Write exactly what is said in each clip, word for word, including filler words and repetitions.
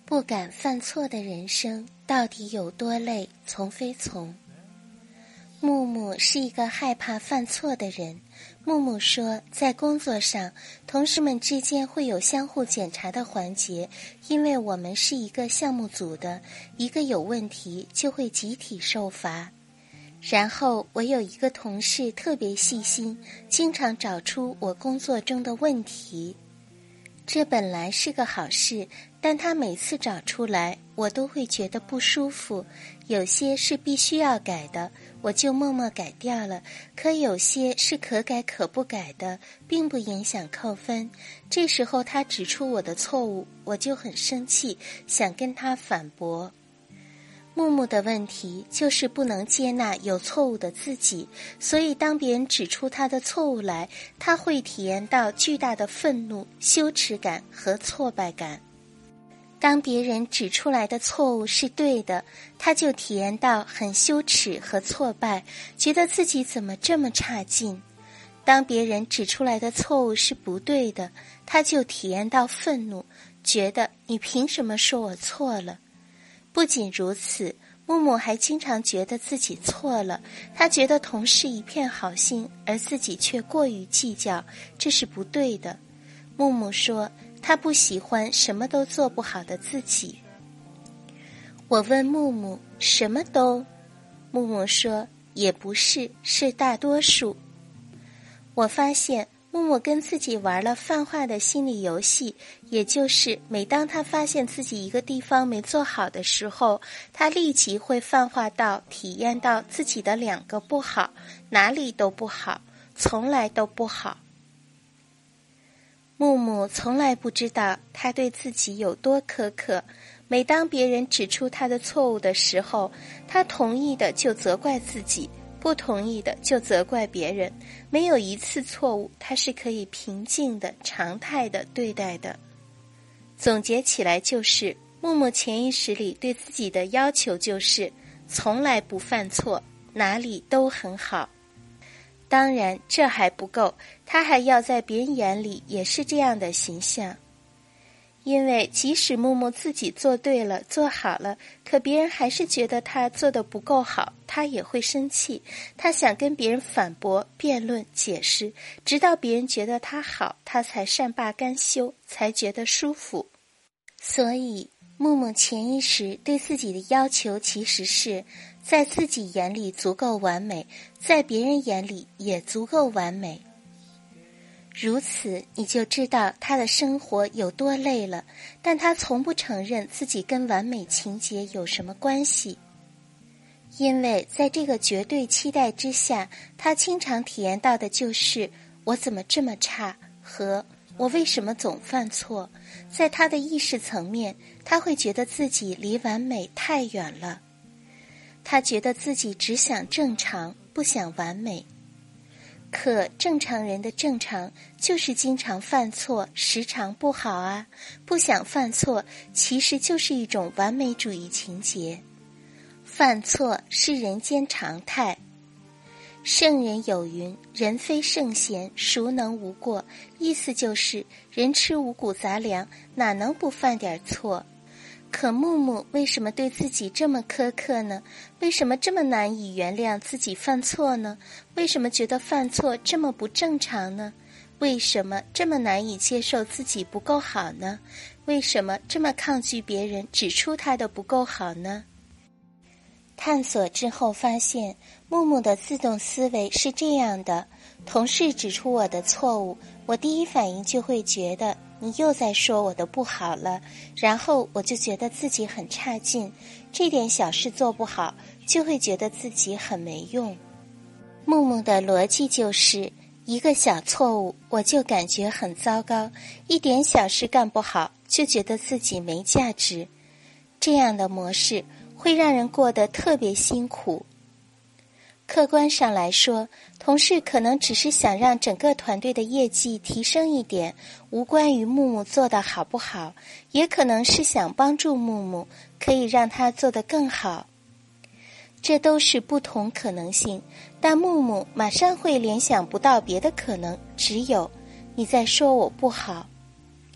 不敢犯错的人生到底有多累？从非从。木木是一个害怕犯错的人。木木说，在工作上，同事们之间会有相互检查的环节，因为我们是一个项目组的，一个有问题就会集体受罚。然后我有一个同事特别细心，经常找出我工作中的问题。这本来是个好事，但他每次找出来，我都会觉得不舒服。有些是必须要改的，我就默默改掉了，可有些是可改可不改的，并不影响扣分。这时候他指出我的错误，我就很生气，想跟他反驳。木木的问题就是不能接纳有错误的自己，所以当别人指出他的错误来，他会体验到巨大的愤怒、羞耻感和挫败感。当别人指出来的错误是对的，他就体验到很羞耻和挫败，觉得自己怎么这么差劲。当别人指出来的错误是不对的，他就体验到愤怒，觉得你凭什么说我错了？不仅如此，木木还经常觉得自己错了，他觉得同事一片好心，而自己却过于计较，这是不对的。木木说，他不喜欢什么都做不好的自己。我问木木，什么都？木木说，也不是，是大多数。我发现木木跟自己玩了泛化的心理游戏，也就是每当他发现自己一个地方没做好的时候，他立即会泛化到体验到自己的两个不好，哪里都不好，从来都不好。木木从来不知道他对自己有多苛刻，每当别人指出他的错误的时候，他同意的就责怪自己，不同意的就责怪别人，没有一次错误他是可以平静的、常态的对待的。总结起来就是，木木潜意识里对自己的要求就是从来不犯错，哪里都很好。当然这还不够，他还要在别人眼里也是这样的形象。因为即使木木自己做对了做好了，可别人还是觉得他做得不够好，他也会生气，他想跟别人反驳、辩论、解释，直到别人觉得他好，他才善罢甘休，才觉得舒服。所以木木潜意识对自己的要求其实是在自己眼里足够完美，在别人眼里也足够完美。如此你就知道他的生活有多累了，但他从不承认自己跟完美情节有什么关系。因为在这个绝对期待之下，他经常体验到的就是我怎么这么差和我为什么总犯错。在他的意识层面，他会觉得自己离完美太远了，他觉得自己只想正常，不想完美。可正常人的正常就是经常犯错，时常不好啊。不想犯错其实就是一种完美主义情节。犯错是人间常态。圣人有云，人非圣贤，孰能无过？意思就是人吃五谷杂粮，哪能不犯点错？可木木为什么对自己这么苛刻呢？为什么这么难以原谅自己犯错呢？为什么觉得犯错这么不正常呢？为什么这么难以接受自己不够好呢？为什么这么抗拒别人指出他的不够好呢？探索之后发现，木木的自动思维是这样的：同事指出我的错误，我第一反应就会觉得你又在说我的不好了，然后我就觉得自己很差劲，这点小事做不好，就会觉得自己很没用。木木的逻辑就是一个小错误我就感觉很糟糕，一点小事干不好就觉得自己没价值。这样的模式会让人过得特别辛苦。客观上来说，同事可能只是想让整个团队的业绩提升一点，无关于木木做得好不好，也可能是想帮助木木，可以让他做得更好。这都是不同可能性，但木木马上会联想不到别的可能，只有你在说我不好。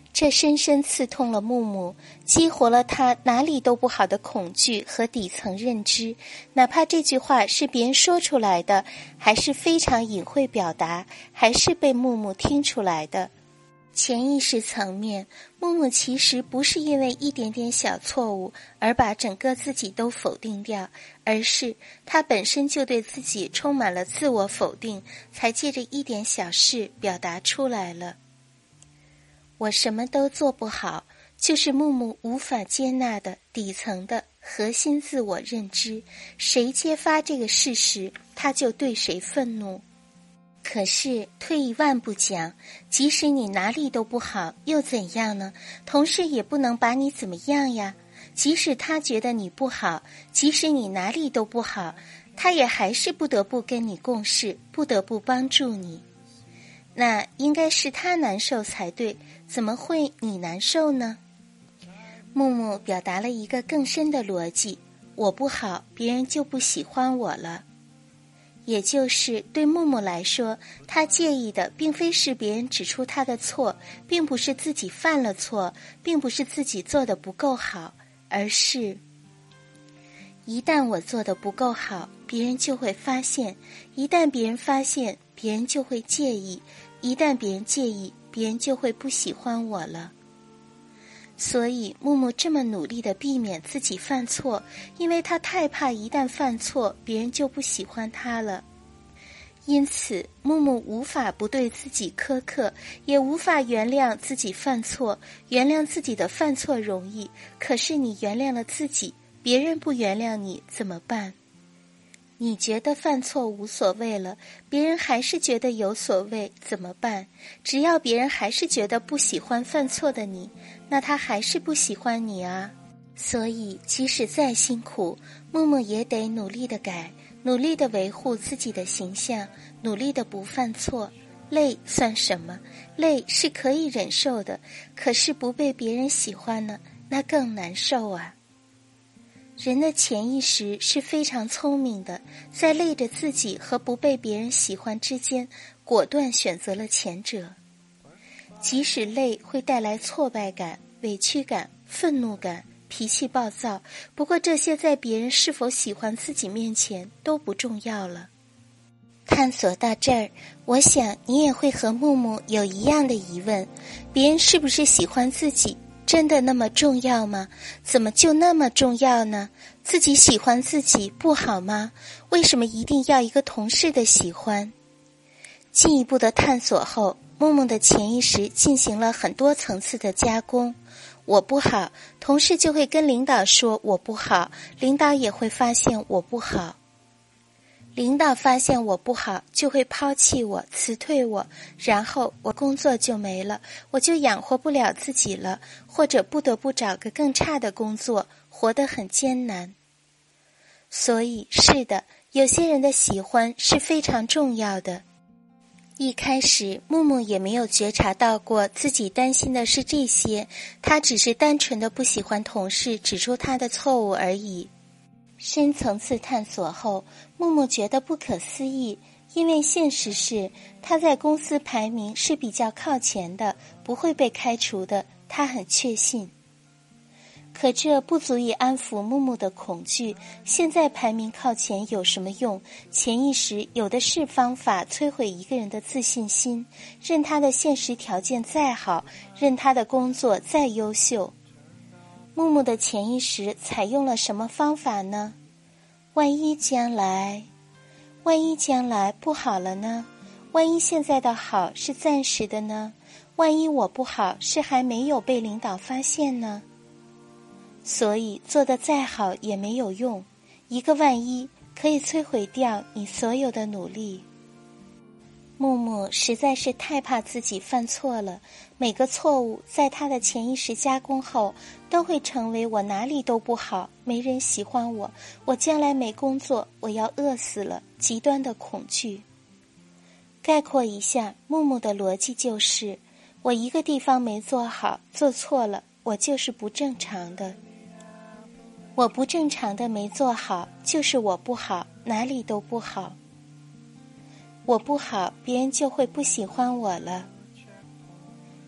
这深深刺痛了木木，激活了他哪里都不好的恐惧和底层认知，哪怕这句话是别人说出来的，还是非常隐晦表达，还是被木木听出来的。潜意识层面，木木其实不是因为一点点小错误而把整个自己都否定掉，而是他本身就对自己充满了自我否定，才借着一点小事表达出来了。我什么都做不好，就是木木无法接纳的底层的核心自我认知，谁揭发这个事实，他就对谁愤怒。可是退一万步讲，即使你哪里都不好又怎样呢？同事也不能把你怎么样呀。即使他觉得你不好，即使你哪里都不好，他也还是不得不跟你共事，不得不帮助你。那应该是他难受才对，怎么会你难受呢？木木表达了一个更深的逻辑，我不好，别人就不喜欢我了。也就是对木木来说，他介意的并非是别人指出他的错，并不是自己犯了错，并不是自己做得不够好，而是一旦我做得不够好，别人就会发现，一旦别人发现，别人就会介意，一旦别人介意，别人就会不喜欢我了。所以木木这么努力地避免自己犯错，因为他太怕一旦犯错，别人就不喜欢他了。因此木木无法不对自己苛刻，也无法原谅自己犯错。原谅自己的犯错容易，可是你原谅了自己，别人不原谅你怎么办？你觉得犯错无所谓了，别人还是觉得有所谓，怎么办？只要别人还是觉得不喜欢犯错的你，那他还是不喜欢你啊。所以即使再辛苦，木木也得努力地改，努力地维护自己的形象，努力地不犯错。累算什么？累是可以忍受的，可是不被别人喜欢呢，那更难受啊。人的潜意识是非常聪明的，在累着自己和不被别人喜欢之间，果断选择了前者。即使累会带来挫败感、委屈感、愤怒感、脾气暴躁，不过这些在别人是否喜欢自己面前都不重要了。探索到这儿，我想你也会和木木有一样的疑问，别人是不是喜欢自己真的那么重要吗？怎么就那么重要呢？自己喜欢自己不好吗？为什么一定要一个同事的喜欢？进一步的探索后，木木的潜意识进行了很多层次的加工。我不好，同事就会跟领导说我不好，领导也会发现我不好。领导发现我不好，就会抛弃我，辞退我，然后我工作就没了，我就养活不了自己了，或者不得不找个更差的工作，活得很艰难。所以，是的，有些人的喜欢是非常重要的。一开始，木木也没有觉察到过自己担心的是这些，他只是单纯的不喜欢同事指出他的错误而已。深层次探索后，木木觉得不可思议，因为现实是他在公司排名是比较靠前的，不会被开除的，他很确信。可这不足以安抚木木的恐惧，现在排名靠前有什么用？潜意识有的是方法摧毁一个人的自信心，任他的现实条件再好，任他的工作再优秀。木木的潜意识采用了什么方法呢？万一将来，万一将来不好了呢？万一现在的好是暂时的呢？万一我不好是还没有被领导发现呢？所以做得再好也没有用，一个万一可以摧毁掉你所有的努力。木木实在是太怕自己犯错了，每个错误在他的潜意识加工后，都会成为我哪里都不好，没人喜欢我，我将来没工作，我要饿死了，极端的恐惧。概括一下，木木的逻辑就是，我一个地方没做好，做错了，我就是不正常的。我不正常的没做好，就是我不好，哪里都不好。我不好，别人就会不喜欢我了。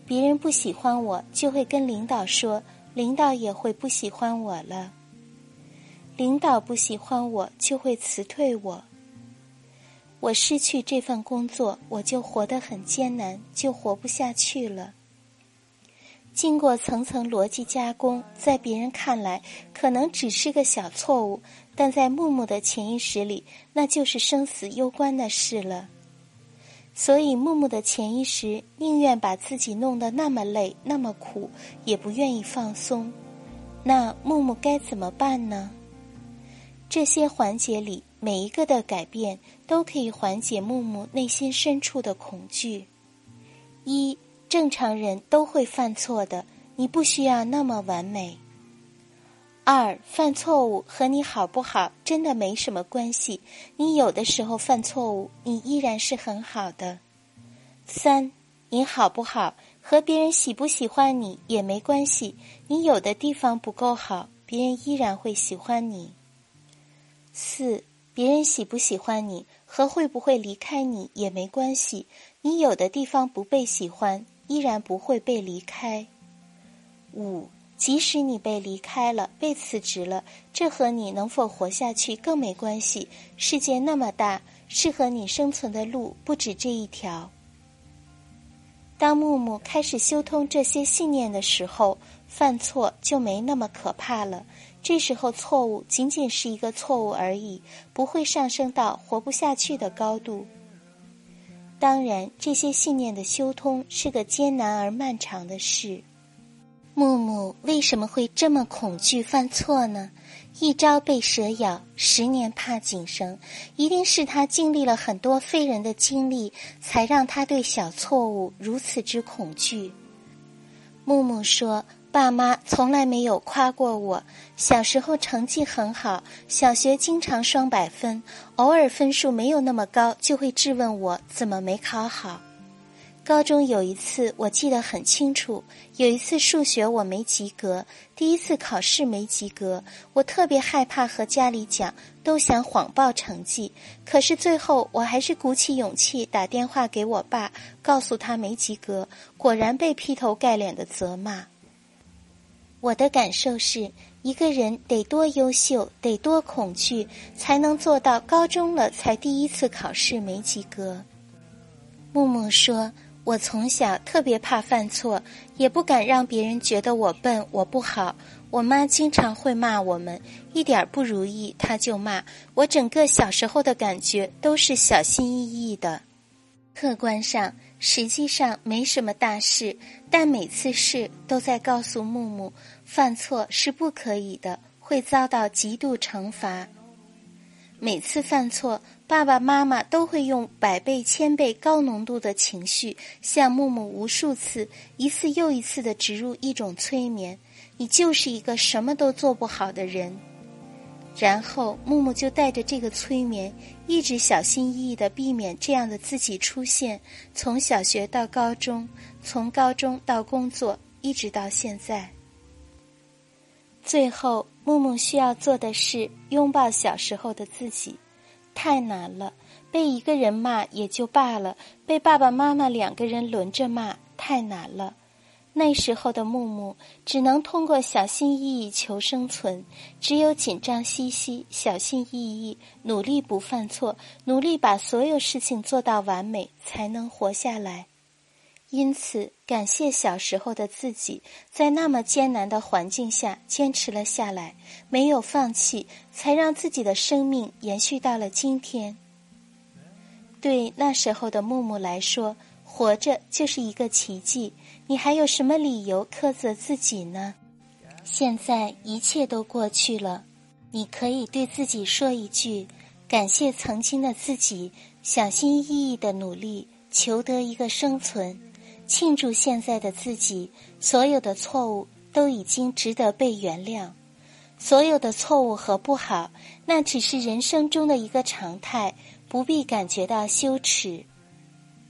别人不喜欢我，就会跟领导说，领导也会不喜欢我了。领导不喜欢我，就会辞退我。我失去这份工作，我就活得很艰难，就活不下去了。经过层层逻辑加工，在别人看来可能只是个小错误，但在木木的潜意识里，那就是生死攸关的事了。所以木木的潜意识宁愿把自己弄得那么累那么苦，也不愿意放松。那木木该怎么办呢？这些环节里每一个的改变都可以缓解木木内心深处的恐惧。一，正常人都会犯错的，你不需要那么完美。二，犯错误和你好不好真的没什么关系，你有的时候犯错误，你依然是很好的。三，你好不好和别人喜不喜欢你也没关系，你有的地方不够好，别人依然会喜欢你。四，别人喜不喜欢你和会不会离开你也没关系，你有的地方不被喜欢，依然不会被离开。五，即使你被离开了，被辞职了，这和你能否活下去更没关系，世界那么大，适合你生存的路不止这一条。当木木开始修通这些信念的时候，犯错就没那么可怕了。这时候错误仅仅是一个错误而已，不会上升到活不下去的高度。当然，这些信念的修通是个艰难而漫长的事。木木为什么会这么恐惧犯错呢？一朝被蛇咬，十年怕井绳，一定是他经历了很多非人的经历，才让他对小错误如此之恐惧。木木说，爸妈从来没有夸过我，小时候成绩很好，小学经常双百分，偶尔分数没有那么高，就会质问我怎么没考好。高中有一次我记得很清楚，有一次数学我没及格，第一次考试没及格，我特别害怕和家里讲，都想谎报成绩，可是最后我还是鼓起勇气打电话给我爸，告诉他没及格，果然被劈头盖脸的责骂。我的感受是，一个人得多优秀，得多恐惧，才能做到高中了才第一次考试没及格。木木说，我从小特别怕犯错，也不敢让别人觉得我笨，我不好。我妈经常会骂我们，一点不如意她就骂。我整个小时候的感觉都是小心翼翼的。客观上，实际上没什么大事，但每次事都在告诉木木，犯错是不可以的，会遭到极度惩罚。每次犯错，爸爸妈妈都会用百倍千倍高浓度的情绪向木木无数次一次又一次地植入一种催眠，你就是一个什么都做不好的人。然后木木就带着这个催眠，一直小心翼翼地避免这样的自己出现，从小学到高中，从高中到工作，一直到现在。最后木木需要做的是拥抱小时候的自己，太难了，被一个人骂也就罢了，被爸爸妈妈两个人轮着骂，太难了。那时候的木木只能通过小心翼翼求生存，只有紧张兮兮，小心翼翼，努力不犯错，努力把所有事情做到完美，才能活下来。因此，感谢小时候的自己，在那么艰难的环境下坚持了下来，没有放弃，才让自己的生命延续到了今天。对那时候的木木来说，活着就是一个奇迹，你还有什么理由苛责自己呢？现在一切都过去了，你可以对自己说一句，感谢曾经的自己，小心翼翼的努力，求得一个生存。庆祝现在的自己，所有的错误都已经值得被原谅。所有的错误和不好，那只是人生中的一个常态，不必感觉到羞耻。